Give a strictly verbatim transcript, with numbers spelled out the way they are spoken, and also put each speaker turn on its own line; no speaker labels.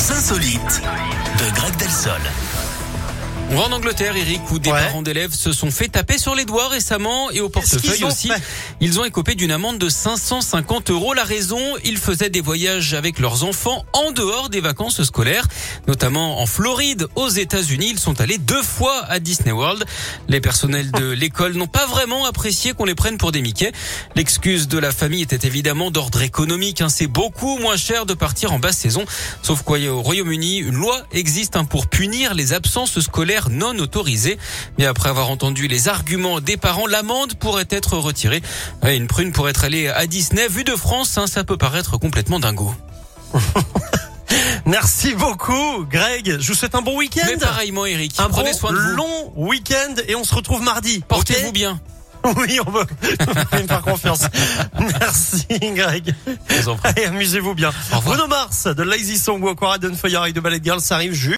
Les insolites de Greg Delsol.
On va en Angleterre, Eric, où des
ouais.
parents d'élèves se sont fait taper sur les doigts récemment et au portefeuille aussi.
Fait
Ils ont écopé d'une amende de cinq cent cinquante euros. La raison, ils faisaient des voyages avec leurs enfants en dehors des vacances scolaires, notamment en Floride, aux États-Unis. Ils sont allés deux fois à Disney World. Les personnels de l'école n'ont pas vraiment apprécié qu'on les prenne pour des Mickey. L'excuse de la famille était évidemment d'ordre économique. Hein. C'est beaucoup moins cher de partir en basse saison. Sauf qu'au Royaume-Uni, une loi existe hein, pour punir les absences scolaires non autorisées. Mais après avoir entendu les arguments des parents, l'amende pourrait être retirée. Ouais, une prune pour être allée à Disney, vue de France, hein, ça peut paraître complètement dingo.
Merci beaucoup, Greg. Je vous souhaite un bon week-end.
Mais pareillement, Eric.
Un
Prenez
bon
soin de vous.
long week-end et on se retrouve mardi.
Portez-vous
okay
bien.
Oui, on va me faire confiance. Merci, Greg.
Je vous en prie.
Allez, amusez-vous bien.
Au revoir.
Bruno Mars de Lazy Song ou encore Eden Fire avec de Ballet Girl, ça arrive juste.